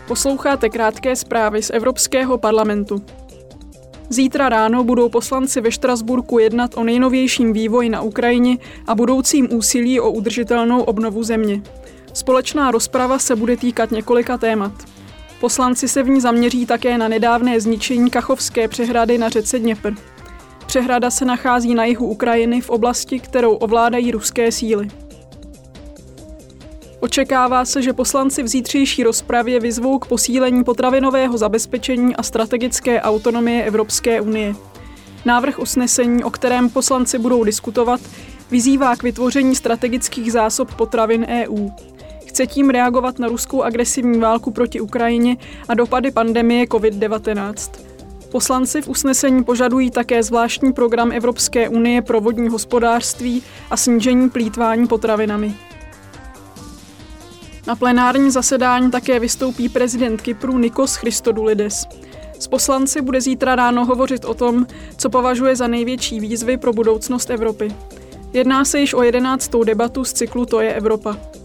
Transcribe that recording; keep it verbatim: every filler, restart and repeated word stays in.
Posloucháte krátké zprávy z Evropského parlamentu. Zítra ráno budou poslanci ve Štrasburku jednat o nejnovějším vývoji na Ukrajině a budoucím úsilí o udržitelnou obnovu země. Společná rozprava se bude týkat několika témat. Poslanci se v ní zaměří také na nedávné zničení Kachovské přehrady na řece Dněpr. Přehrada se nachází na jihu Ukrajiny v oblasti, kterou ovládají ruské síly. Očekává se, že poslanci v zítřejší rozpravě vyzvou k posílení potravinového zabezpečení a strategické autonomie Evropské unie. Návrh usnesení, o kterém poslanci budou diskutovat, vyzývá k vytvoření strategických zásob potravin E U. Chce tím reagovat na ruskou agresivní válku proti Ukrajině a dopady pandemie covid devatenáct. Poslanci v usnesení požadují také zvláštní program Evropské unie pro vodní hospodářství a snížení plýtvání potravinami. Na plenární zasedání také vystoupí prezident Kypru Nikos Christodoulides. S poslanci bude zítra ráno hovořit o tom, co považuje za největší výzvy pro budoucnost Evropy. Jedná se již o jedenáctou debatu z cyklu To je Evropa.